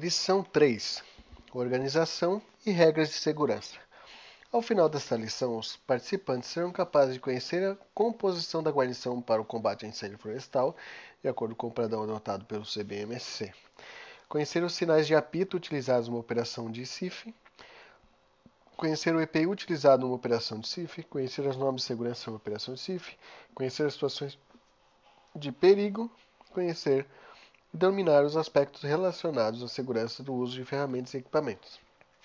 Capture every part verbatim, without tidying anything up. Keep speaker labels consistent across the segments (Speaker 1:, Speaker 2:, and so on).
Speaker 1: Lição três. Organização e regras de segurança. Ao final desta lição, os participantes serão capazes de conhecer a composição da guarnição para o combate a incêndio florestal, de acordo com o padrão adotado pelo C B M S C. Conhecer os sinais de apito utilizados numa operação de C I F. Conhecer o E P I utilizado numa operação de C I F. Conhecer as normas de segurança numa operação de C I F. Conhecer as situações de perigo. Conhecer e dominar os aspectos relacionados à segurança do uso de ferramentas e equipamentos.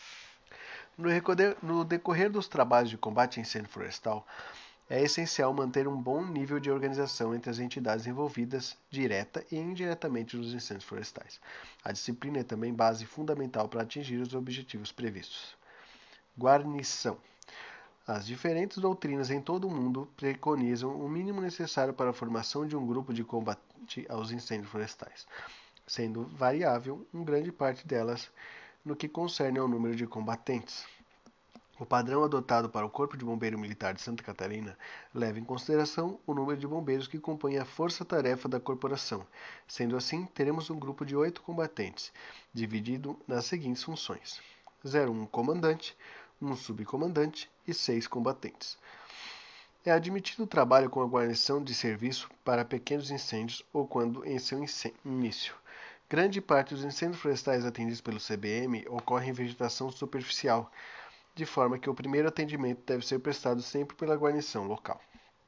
Speaker 1: No decorrer dos trabalhos de combate a incêndio florestal, é essencial manter um bom nível de organização entre as entidades envolvidas, direta e indiretamente nos incêndios florestais. A disciplina é também base fundamental para atingir os objetivos previstos. Guarnição. As diferentes doutrinas em todo o mundo preconizam o mínimo necessário para a formação de um grupo de combate aos incêndios florestais, sendo variável em grande parte delas no que concerne ao número de combatentes. O padrão adotado para o Corpo de Bombeiro Militar de Santa Catarina leva em consideração o número de bombeiros que compõem a força-tarefa da corporação. Sendo assim, teremos um grupo de oito combatentes, dividido nas seguintes funções: zero um comandante, um subcomandante e seis combatentes. É admitido o trabalho com a guarnição de serviço para pequenos incêndios ou quando em seu início. Grande parte dos incêndios florestais atendidos pelo C B M ocorrem em vegetação superficial, de forma que o primeiro atendimento deve ser prestado sempre pela guarnição local.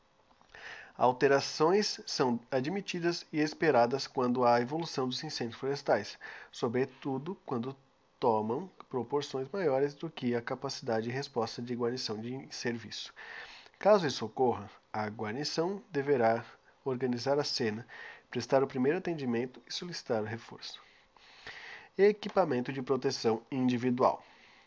Speaker 1: Alterações são admitidas e esperadas quando há evolução dos incêndios florestais, sobretudo quando tomam proporções maiores do que a capacidade de resposta de guarnição de serviço. Caso isso ocorra, a guarnição deverá organizar a cena, prestar o primeiro atendimento e solicitar o reforço. Equipamento de proteção individual.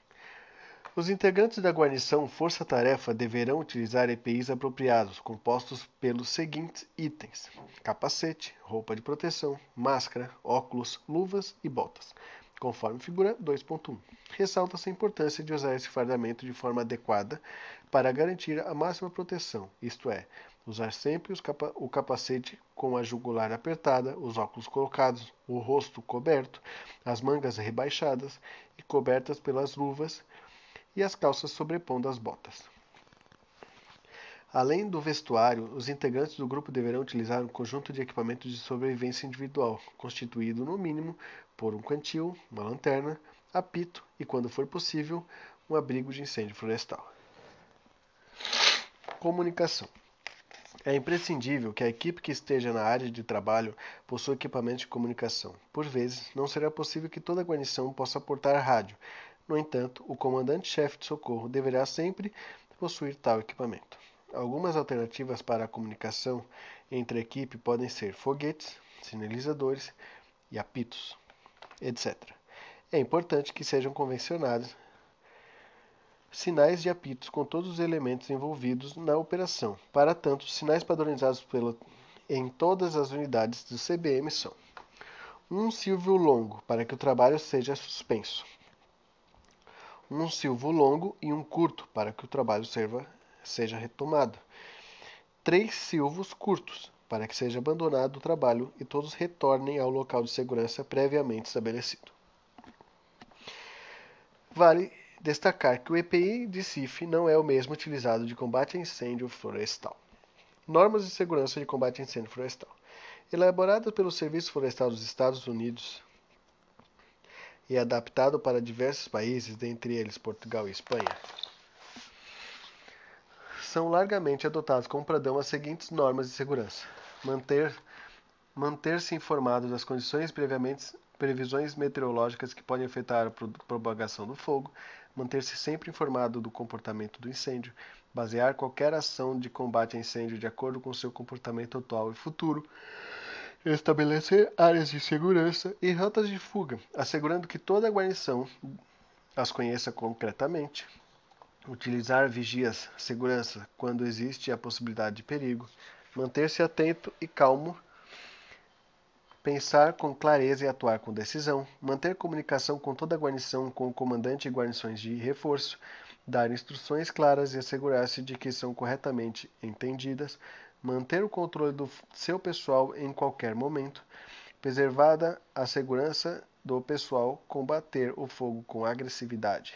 Speaker 1: Os integrantes da guarnição força-tarefa deverão utilizar E P Is apropriados, compostos pelos seguintes itens: capacete, roupa de proteção, máscara, óculos, luvas e botas, conforme figura dois ponto um. Ressalta-se a importância de usar esse fardamento de forma adequada para garantir a máxima proteção, isto é, usar sempre capa- o capacete com a jugular apertada, os óculos colocados, o rosto coberto, as mangas rebaixadas e cobertas pelas luvas e as calças sobrepondo as botas. Além do vestuário, os integrantes do grupo deverão utilizar um conjunto de equipamentos de sobrevivência individual, constituído no mínimo por um cantil, uma lanterna, apito e, quando for possível, um abrigo de incêndio florestal. Comunicação. É imprescindível que a equipe que esteja na área de trabalho possua equipamento de comunicação. Por vezes, não será possível que toda a guarnição possa portar rádio. No entanto, o comandante-chefe de socorro deverá sempre possuir tal equipamento. Algumas alternativas para a comunicação entre a equipe podem ser foguetes, sinalizadores e apitos, etcétera. É importante que sejam convencionados sinais de apitos com todos os elementos envolvidos na operação. Para tanto, os sinais padronizados pelo, em todas as unidades do C B M são: um silvio longo, para que o trabalho seja suspenso; um silvio longo e um curto, para que o trabalho serva, seja retomado; três silvos curtos, para que seja abandonado o trabalho e todos retornem ao local de segurança previamente estabelecido. Vale destacar que o E P I de C I F não é o mesmo utilizado de combate a incêndio florestal. Normas de segurança de combate a incêndio florestal. Elaborado pelo Serviço Florestal dos Estados Unidos e adaptado para diversos países, dentre eles Portugal e Espanha, são largamente adotados como padrão as seguintes normas de segurança: manter, manter-se informado das condições previamente previsões meteorológicas que podem afetar a propagação do fogo, manter-se sempre informado do comportamento do incêndio, basear qualquer ação de combate a incêndio de acordo com seu comportamento atual e futuro, estabelecer áreas de segurança e rotas de fuga, assegurando que toda a guarnição as conheça concretamente, utilizar vigias segurança quando existe a possibilidade de perigo, manter-se atento e calmo, pensar com clareza e atuar com decisão, manter comunicação com toda a guarnição, com o comandante e guarnições de reforço, dar instruções claras e assegurar-se de que são corretamente entendidas, manter o controle do seu pessoal em qualquer momento, Preservada a segurança do pessoal, combater o fogo com agressividade.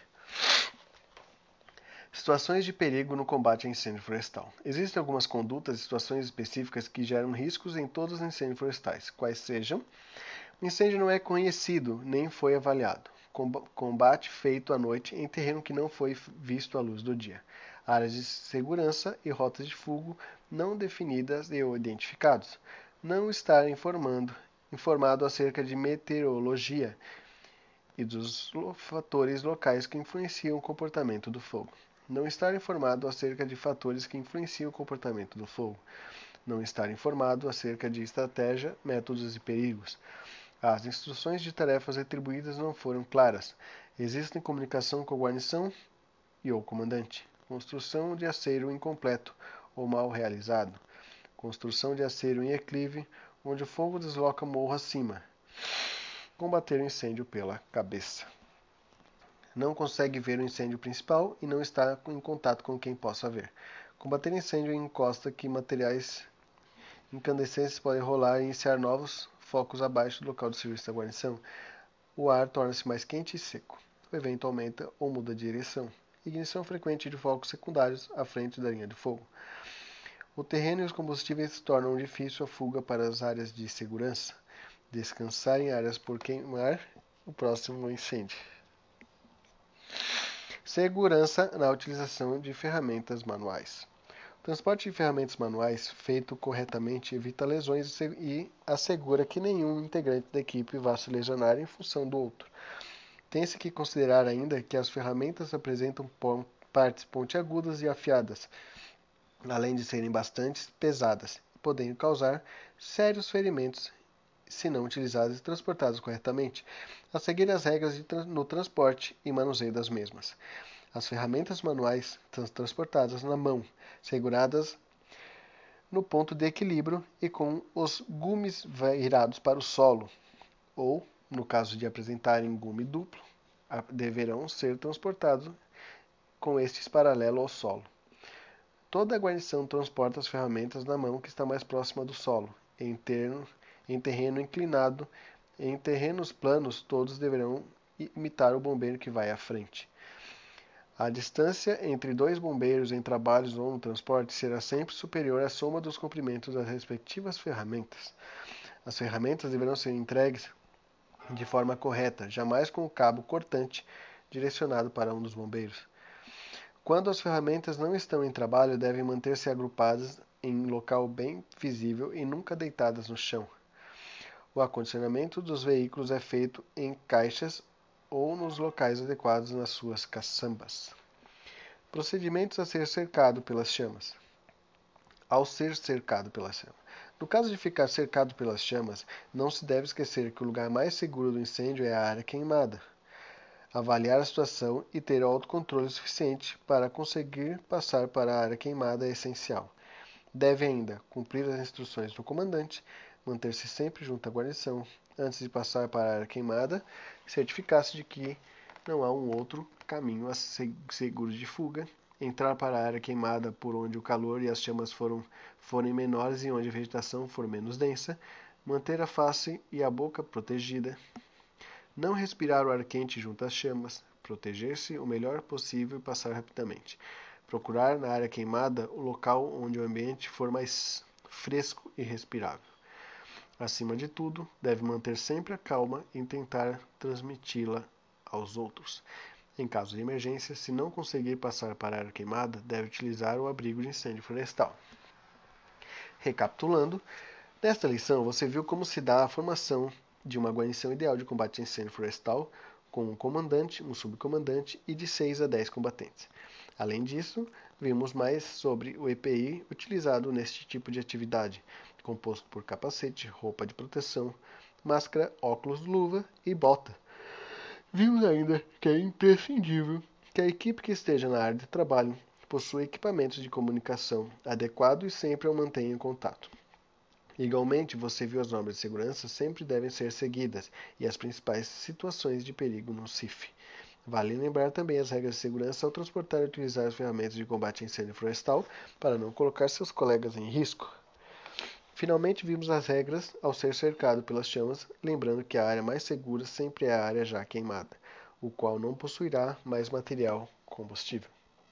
Speaker 1: Situações de perigo no combate a incêndio florestal. Existem algumas condutas e situações específicas que geram riscos em todos os incêndios florestais, quais sejam: o incêndio não é conhecido nem foi avaliado. Combate feito à noite em terreno que não foi visto à luz do dia. Áreas de segurança e rotas de fuga não definidas e ou identificados. Não estar informando, informado acerca de meteorologia e dos fatores locais que influenciam o comportamento do fogo. Não estar informado acerca de fatores que influenciam o comportamento do fogo. Não estar informado acerca de estratégia, métodos e perigos. As instruções de tarefas atribuídas não foram claras. Existem comunicação com a guarnição e ou comandante. Construção de aceiro incompleto ou mal realizado. Construção de aceiro em declive, onde o fogo desloca morro acima. Combater o incêndio pela cabeça. Não consegue ver o incêndio principal e não está em contato com quem possa ver. Combater incêndio em encosta que materiais incandescentes podem rolar e iniciar novos focos abaixo do local de serviço da guarnição. O ar torna-se mais quente e seco. O evento aumenta ou muda de direção. Ignição frequente de focos secundários à frente da linha de fogo. O terreno e os combustíveis tornam difícil a fuga para as áreas de segurança. Descansar em áreas por queimar o próximo incêndio. Segurança na utilização de ferramentas manuais. O transporte de ferramentas manuais feito corretamente evita lesões e assegura que nenhum integrante da equipe vá se lesionar em função do outro. Tem-se que considerar ainda que as ferramentas apresentam partes pontiagudas e afiadas, além de serem bastante pesadas, podendo causar sérios ferimentos se não utilizadas e transportadas corretamente, a seguir as regras tra no transporte e manuseio das mesmas. As ferramentas manuais são transportadas na mão, seguradas no ponto de equilíbrio e com os gumes virados para o solo, ou, no caso de apresentarem gume duplo, deverão ser transportados com estes paralelo ao solo. Toda a guarnição transporta as ferramentas na mão que está mais próxima do solo, em, terno, em terreno inclinado. Em terrenos planos, todos deverão imitar o bombeiro que vai à frente. A distância entre dois bombeiros em trabalhos ou no transporte será sempre superior à soma dos comprimentos das respectivas ferramentas. As ferramentas deverão ser entregues de forma correta, jamais com o cabo cortante direcionado para um dos bombeiros. Quando as ferramentas não estão em trabalho, devem manter-se agrupadas em local bem visível e nunca deitadas no chão. O acondicionamento dos veículos é feito em caixas ou nos locais adequados nas suas caçambas. Procedimentos a ser cercado pelas chamas. Ao ser cercado pelas chamas. No caso de ficar cercado pelas chamas, não se deve esquecer que o lugar mais seguro do incêndio é a área queimada. Avaliar a situação e ter autocontrole suficiente para conseguir passar para a área queimada é essencial. Deve ainda cumprir as instruções do comandante, manter-se sempre junto à guarnição, antes de passar para a área queimada, certificar-se de que não há um outro caminho seguro de fuga, entrar para a área queimada por onde o calor e as chamas foram, forem menores e onde a vegetação for menos densa, manter a face e a boca protegida, não respirar o ar quente junto às chamas, proteger-se o melhor possível e passar rapidamente. Procurar na área queimada o local onde o ambiente for mais fresco e respirável. Acima de tudo, deve manter sempre a calma e tentar transmiti-la aos outros. Em caso de emergência, se não conseguir passar para a área queimada, deve utilizar o abrigo de incêndio florestal. Recapitulando, nesta lição você viu como se dá a formação de uma guarnição ideal de combate a incêndio florestal, com um comandante, um subcomandante e de seis a dez combatentes. Além disso, vimos mais sobre o E P I utilizado neste tipo de atividade, composto por capacete, roupa de proteção, máscara, óculos, luva e bota. Vimos ainda que é imprescindível que a equipe que esteja na área de trabalho possua equipamentos de comunicação adequado e sempre o mantenha em contato. Igualmente, você viu as normas de segurança sempre devem ser seguidas e as principais situações de perigo no C I F. Vale lembrar também as regras de segurança ao transportar e utilizar as ferramentas de combate a incêndio florestal para não colocar seus colegas em risco. Finalmente vimos as regras ao ser cercado pelas chamas, lembrando que a área mais segura sempre é a área já queimada, o qual não possuirá mais material combustível.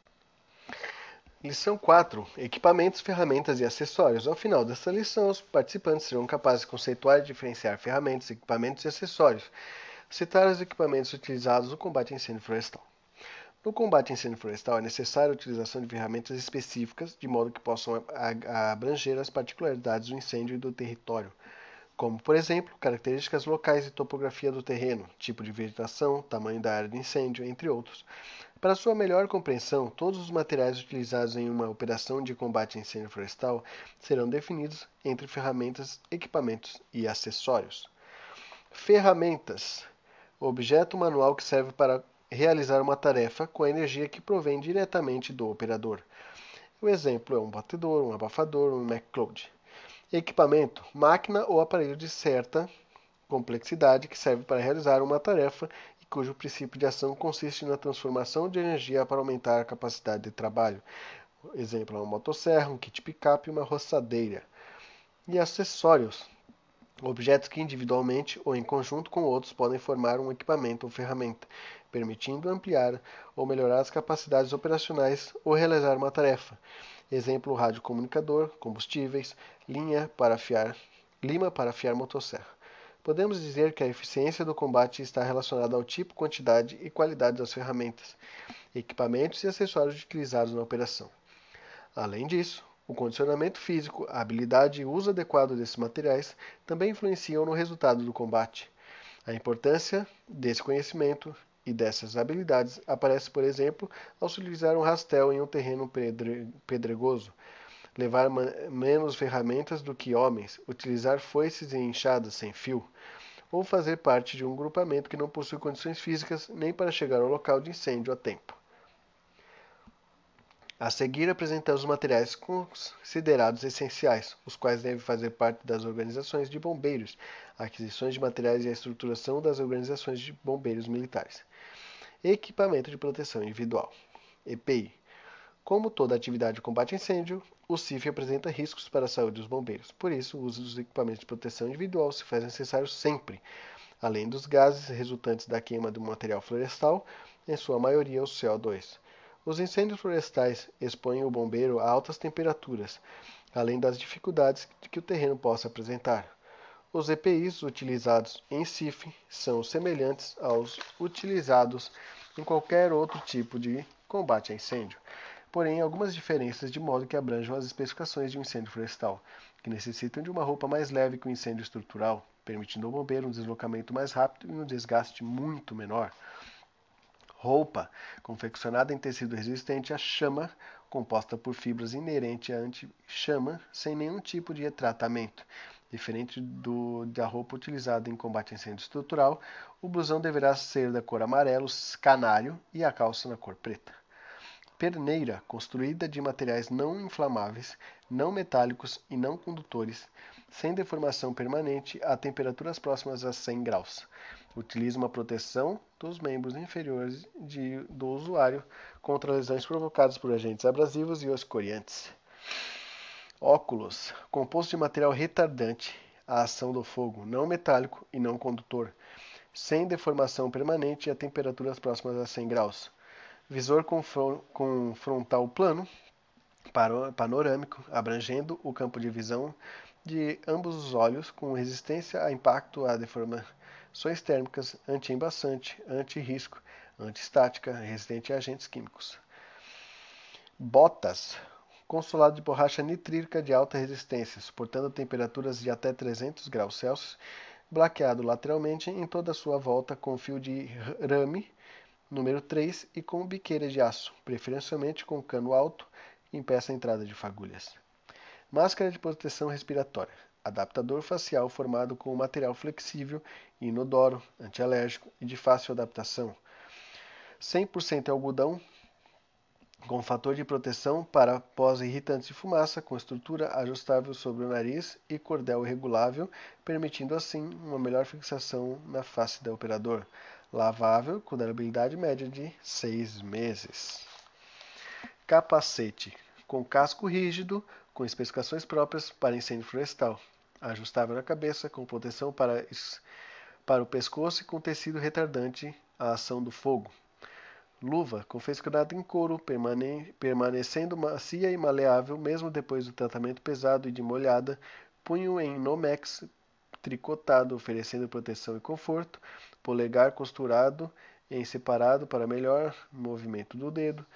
Speaker 1: Lição quatro. Equipamentos, ferramentas e acessórios. Ao final desta lição, os participantes serão capazes de conceituar e diferenciar ferramentas, equipamentos e acessórios. Citar os equipamentos utilizados no combate a incêndio florestal. No combate a incêndio florestal é necessária a utilização de ferramentas específicas, de modo que possam abranger as particularidades do incêndio e do território, como, por exemplo, características locais e topografia do terreno, tipo de vegetação, tamanho da área de incêndio, entre outros. Para sua melhor compreensão, todos os materiais utilizados em uma operação de combate a incêndio florestal serão definidos entre ferramentas, equipamentos e acessórios. Ferramentas. Objeto manual que serve para realizar uma tarefa com a energia que provém diretamente do operador. O exemplo é um batedor, um abafador, um McCloud. Equipamento, máquina ou aparelho de certa complexidade que serve para realizar uma tarefa e cujo princípio de ação consiste na transformação de energia para aumentar a capacidade de trabalho. O exemplo é uma motosserra, um kit picape e uma roçadeira. E acessórios, objetos que individualmente ou em conjunto com outros podem formar um equipamento ou ferramenta, permitindo ampliar ou melhorar as capacidades operacionais ou realizar uma tarefa. Exemplo, radiocomunicador, combustíveis, linha para afiar, lima para afiar motosserra. Podemos dizer que a eficiência do combate está relacionada ao tipo, quantidade e qualidade das ferramentas, equipamentos e acessórios utilizados na operação. Além disso, o condicionamento físico, a habilidade e o uso adequado desses materiais também influenciam no resultado do combate. A importância desse conhecimento e dessas habilidades aparece, por exemplo, ao se utilizar um rastel em um terreno pedregoso, levar menos ferramentas do que homens, utilizar foices e enxadas sem fio, ou fazer parte de um grupamento que não possui condições físicas nem para chegar ao local de incêndio a tempo. A seguir apresentamos os materiais considerados essenciais, os quais devem fazer parte das organizações de bombeiros, aquisições de materiais e a estruturação das organizações de bombeiros militares. Equipamento de proteção individual, E P I. Como toda atividade de combate a incêndio, o C I F apresenta riscos para a saúde dos bombeiros. Por isso, o uso dos equipamentos de proteção individual se faz necessário sempre, além dos gases resultantes da queima do material florestal, em sua maioria o C O dois. Os incêndios florestais expõem o bombeiro a altas temperaturas, além das dificuldades que o terreno possa apresentar. Os E P Is utilizados em C I F são semelhantes aos utilizados em qualquer outro tipo de combate a incêndio, porém algumas diferenças de modo que abranjam as especificações de um incêndio florestal, que necessitam de uma roupa mais leve que o incêndio estrutural, permitindo ao bombeiro um deslocamento mais rápido e um desgaste muito menor. Roupa confeccionada em tecido resistente à chama, composta por fibras inerente à anti-chama, sem nenhum tipo de tratamento. Diferente do, da roupa utilizada em combate a incêndio estrutural, o blusão deverá ser da cor amarelo canário e a calça na cor preta. Perneira, construída de materiais não inflamáveis, não metálicos e não condutores, sem deformação permanente a temperaturas próximas a cem graus. Utiliza uma proteção dos membros inferiores de, do usuário contra lesões provocadas por agentes abrasivos e escoriantes. Óculos, composto de material retardante à ação do fogo, não metálico e não condutor, sem deformação permanente a temperaturas próximas a cem graus. Visor com, com frontal plano, panorâmico, abrangendo o campo de visão de ambos os olhos, com resistência a impacto, a deformações térmicas, anti-embaçante, anti-risco, anti-estática, resistente a agentes químicos. Botas, consolado de borracha nitrílica de alta resistência, suportando temperaturas de até trezentos graus Celsius, blaqueado lateralmente em toda a sua volta com fio de rame número três e com biqueira de aço, preferencialmente com cano alto que impeça a entrada de fagulhas. Máscara de proteção respiratória, adaptador facial formado com material flexível, inodoro, antialérgico e de fácil adaptação. cem por cento algodão, com fator de proteção para pós-irritantes de fumaça, com estrutura ajustável sobre o nariz e cordel regulável, permitindo assim uma melhor fixação na face do operador. Lavável, com durabilidade média de seis meses. Capacete, com casco rígido, com especificações próprias para incêndio florestal, ajustável na cabeça, com proteção para, para o pescoço e com tecido retardante à ação do fogo. Luva, confeccionada em couro, permane permanecendo macia e maleável mesmo depois do tratamento pesado e de molhada. Punho em Nomex tricotado, oferecendo proteção e conforto. Polegar costurado em separado para melhor movimento do dedo.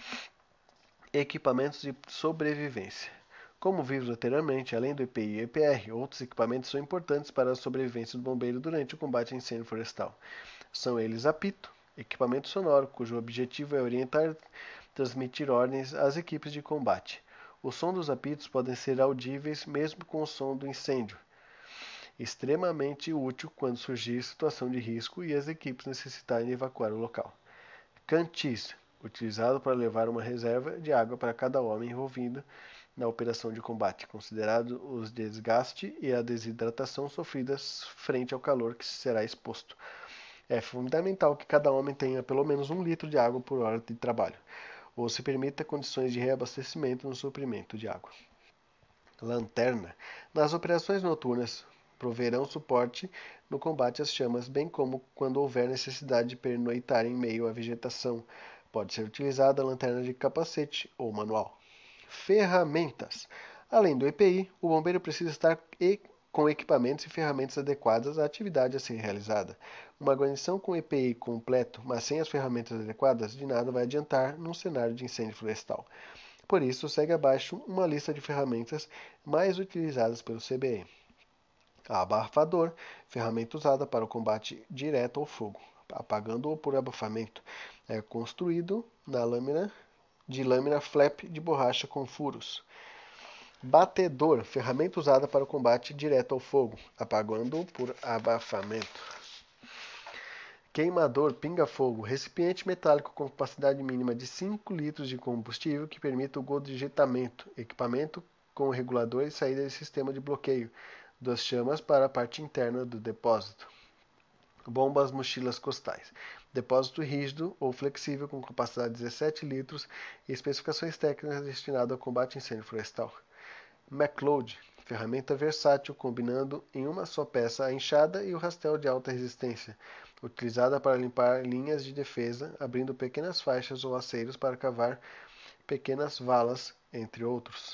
Speaker 1: Equipamentos de sobrevivência. Como vimos anteriormente, além do E P I e E P R, outros equipamentos são importantes para a sobrevivência do bombeiro durante o combate a incêndio florestal. São eles apito, equipamento sonoro, cujo objetivo é orientar e transmitir ordens às equipes de combate. O som dos apitos podem ser audíveis mesmo com o som do incêndio, extremamente útil quando surgir situação de risco e as equipes necessitarem evacuar o local. Cantis, utilizado para levar uma reserva de água para cada homem envolvido na operação de combate, considerado os desgaste e a desidratação sofridas frente ao calor que será exposto. É fundamental que cada homem tenha pelo menos um litro de água por hora de trabalho, ou se permita condições de reabastecimento no suprimento de água. Lanterna. Nas operações noturnas, proverão suporte no combate às chamas, bem como quando houver necessidade de pernoitar em meio à vegetação. Pode ser utilizada a lanterna de capacete ou manual. Ferramentas. Além do E P I, o bombeiro precisa estar com equipamentos e ferramentas adequadas à atividade a ser realizada. Uma guarnição com E P I completo, mas sem as ferramentas adequadas, de nada vai adiantar num cenário de incêndio florestal. Por isso, segue abaixo uma lista de ferramentas mais utilizadas pelo C B E. Abafador, ferramenta usada para o combate direto ao fogo, apagando-o por abafamento. É construído na lâmina de lâmina flap de borracha com furos. Batedor, ferramenta usada para o combate direto ao fogo, apagando-o por abafamento. Queimador pinga-fogo, recipiente metálico com capacidade mínima de cinco litros de combustível que permita o godjetamento, equipamento com regulador e saída de sistema de bloqueio das chamas para a parte interna do depósito. Bombas mochilas costais, depósito rígido ou flexível com capacidade de dezessete litros e especificações técnicas destinado ao combate a incêndio florestal. McLeod, ferramenta versátil combinando em uma só peça a enxada e o rastel de alta resistência, utilizada para limpar linhas de defesa, abrindo pequenas faixas ou aceiros para cavar pequenas valas, entre outros.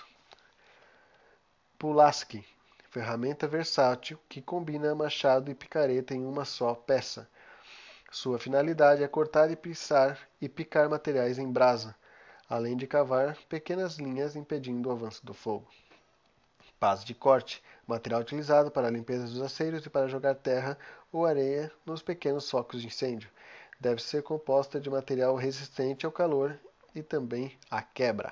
Speaker 1: Pulaski, ferramenta versátil que combina machado e picareta em uma só peça. Sua finalidade é cortar e pisar e picar materiais em brasa, além de cavar pequenas linhas impedindo o avanço do fogo. Pás de corte, material utilizado para a limpeza dos aceiros e para jogar terra ou areia nos pequenos focos de incêndio. Deve ser composta de material resistente ao calor e também à quebra.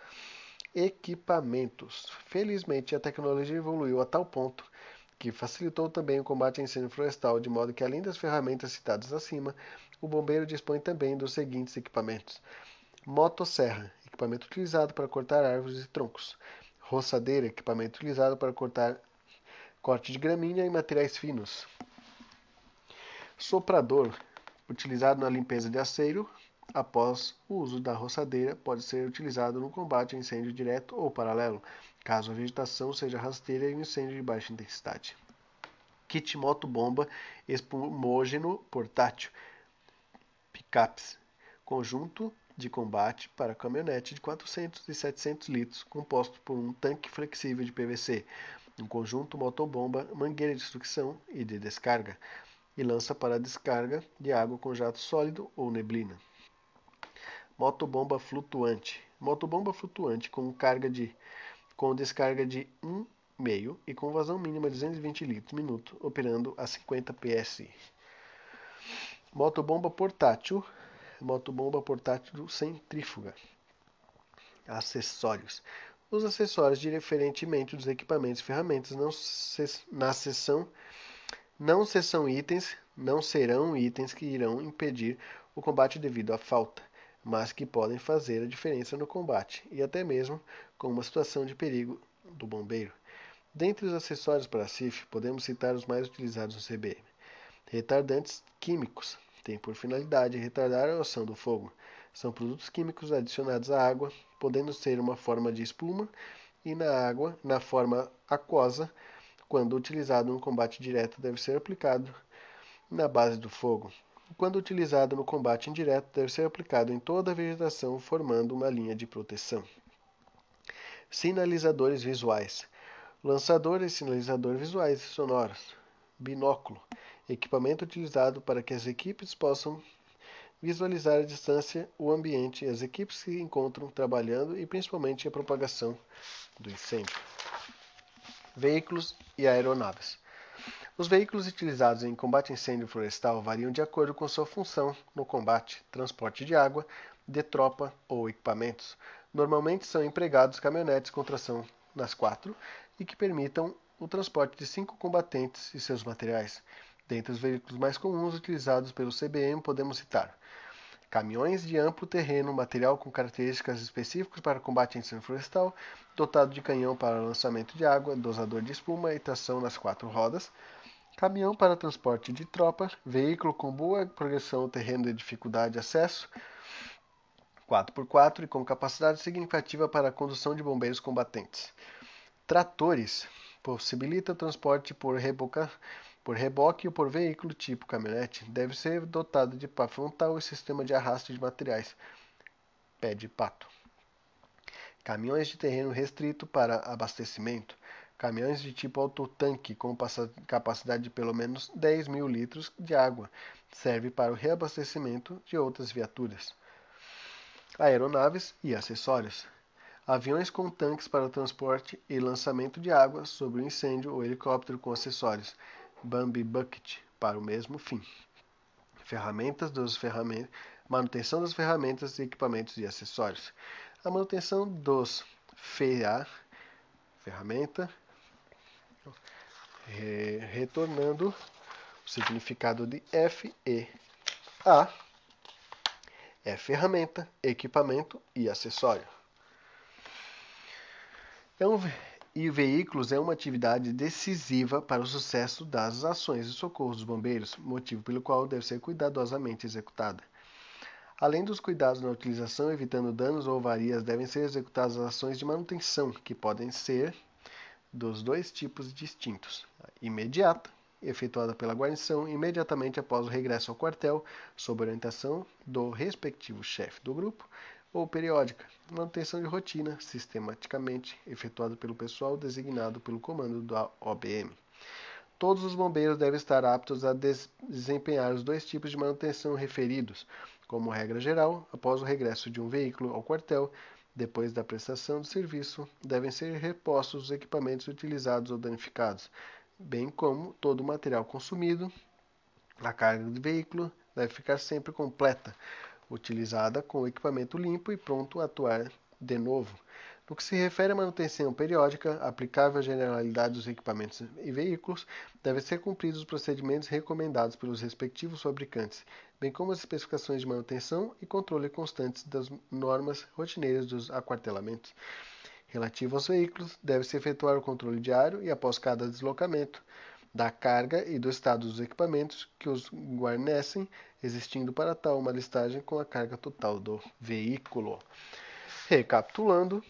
Speaker 1: Equipamentos. Felizmente, a tecnologia evoluiu a tal ponto que facilitou também o combate a incêndio florestal, de modo que, além das ferramentas citadas acima, o bombeiro dispõe também dos seguintes equipamentos. Motosserra, equipamento utilizado para cortar árvores e troncos. Roçadeira, equipamento utilizado para cortar corte de gramínea e materiais finos. Soprador, utilizado na limpeza de aceiro. Após o uso da roçadeira, pode ser utilizado no combate a incêndio direto ou paralelo, caso a vegetação seja rasteira e um incêndio de baixa intensidade. Kit motobomba espumógeno portátil. Picapes, conjunto de combate para caminhonete de quatrocentos e setecentos litros, composto por um tanque flexível de P V C, um conjunto motobomba, mangueira de sucção e de descarga, e lança para descarga de água com jato sólido ou neblina. Motobomba flutuante. Motobomba flutuante com carga de com descarga de um vírgula cinco e com vazão mínima de duzentos e vinte litros minuto, operando a cinquenta P S I. Motobomba portátil. Motobomba portátil centrífuga. Acessórios. Os acessórios, diferentemente dos equipamentos e ferramentas, não se, na seção não se são itens, não serão itens que irão impedir o combate devido à falta, mas que podem fazer a diferença no combate e até mesmo com uma situação de perigo do bombeiro. Dentre os acessórios para a C I F, podemos citar os mais utilizados no C B M. Retardantes químicos. Tem por finalidade retardar a ação do fogo. São produtos químicos adicionados à água, podendo ser uma forma de espuma e na água na forma aquosa. Quando utilizado no combate direto, deve ser aplicado na base do fogo. Quando utilizado no combate indireto, deve ser aplicado em toda a vegetação, formando uma linha de proteção. Sinalizadores visuais. Lançadores, sinalizadores visuais e sonoros. Binóculo. Equipamento utilizado para que as equipes possam visualizar à distância o ambiente e as equipes que se encontram trabalhando e principalmente a propagação do incêndio. Veículos e aeronaves. Os veículos utilizados em combate a incêndio florestal variam de acordo com sua função no combate, transporte de água, de tropa ou equipamentos. Normalmente são empregados caminhonetes com tração nas quatro e que permitam o transporte de cinco combatentes e seus materiais. Dentre os veículos mais comuns utilizados pelo C B M podemos citar caminhões de amplo terreno, material com características específicas para combate a incêndio florestal, dotado de canhão para lançamento de água, dosador de espuma e tração nas quatro rodas, caminhão para transporte de tropa, veículo com boa progressão ao terreno de dificuldade de acesso, quatro por quatro e com capacidade significativa para a condução de bombeiros combatentes. Tratores possibilita o transporte por, reboca, por reboque ou por veículo tipo caminhonete. Deve ser dotado de pá frontal e sistema de arrasto de materiais. Pé de pato. Caminhões de terreno restrito para abastecimento. Caminhões de tipo autotanque com capacidade de pelo menos dez mil litros de água. Serve para o reabastecimento de outras viaturas. Aeronaves e acessórios. Aviões com tanques para transporte e lançamento de água sobre o incêndio ou helicóptero com acessórios. Bambi Bucket para o mesmo fim. Ferramentas dos ferramentas, manutenção das ferramentas e equipamentos e acessórios. A manutenção dos F E A, ferramenta, re, retornando o significado de F E A, é ferramenta, equipamento e acessório. É um, e veículos é uma atividade decisiva para o sucesso das ações de socorro dos bombeiros, motivo pelo qual deve ser cuidadosamente executada. Além dos cuidados na utilização, evitando danos ou avarias, devem ser executadas as ações de manutenção, que podem ser dos dois tipos distintos: a imediata, efetuada pela guarnição imediatamente após o regresso ao quartel, sob orientação do respectivo chefe do grupo, ou periódica, manutenção de rotina, sistematicamente efetuada pelo pessoal designado pelo comando da O B M. Todos os bombeiros devem estar aptos a desempenhar os dois tipos de manutenção referidos. Como regra geral, após o regresso de um veículo ao quartel, depois da prestação do serviço, devem ser repostos os equipamentos utilizados ou danificados, bem como todo o material consumido. A carga do veículo deve ficar sempre completa, utilizada com o equipamento limpo e pronto a atuar de novo. No que se refere à manutenção periódica, aplicável à generalidade dos equipamentos e veículos, devem ser cumpridos os procedimentos recomendados pelos respectivos fabricantes, bem como as especificações de manutenção e controle constantes das normas rotineiras dos aquartelamentos. Relativo aos veículos, deve-se efetuar o controle diário e após cada deslocamento da carga e do estado dos equipamentos que os guarnecem, existindo para tal uma listagem com a carga total do veículo. Recapitulando,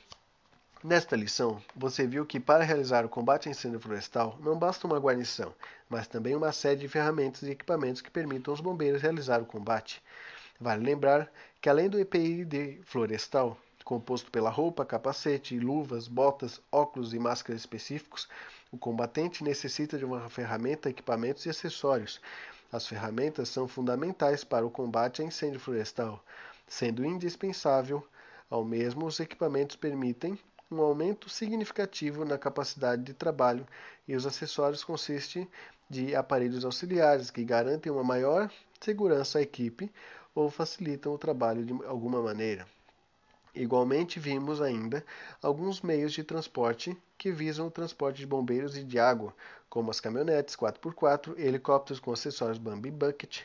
Speaker 1: nesta lição, você viu que para realizar o combate a incêndio florestal não basta uma guarnição, mas também uma série de ferramentas e equipamentos que permitam aos bombeiros realizar o combate. Vale lembrar que além do E P I D florestal, composto pela roupa, capacete, luvas, botas, óculos e máscaras específicos, o combatente necessita de uma ferramenta, equipamentos e acessórios. As ferramentas são fundamentais para o combate a incêndio florestal, sendo indispensável ao mesmo os equipamentos permitem um aumento significativo na capacidade de trabalho e os acessórios consistem de aparelhos auxiliares que garantem uma maior segurança à equipe ou facilitam o trabalho de alguma maneira. Igualmente, vimos ainda alguns meios de transporte que visam o transporte de bombeiros e de água, como as caminhonetes quatro por quatro, helicópteros com acessórios Bambi Bucket.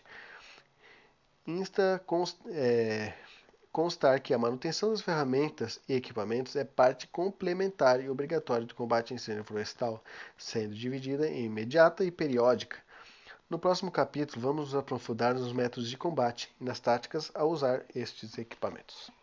Speaker 1: Insta const, é, constar que a manutenção das ferramentas e equipamentos é parte complementar e obrigatória do combate a incêndio florestal, sendo dividida em imediata e periódica. No próximo capítulo, vamos nos aprofundar nos métodos de combate e nas táticas a usar estes equipamentos.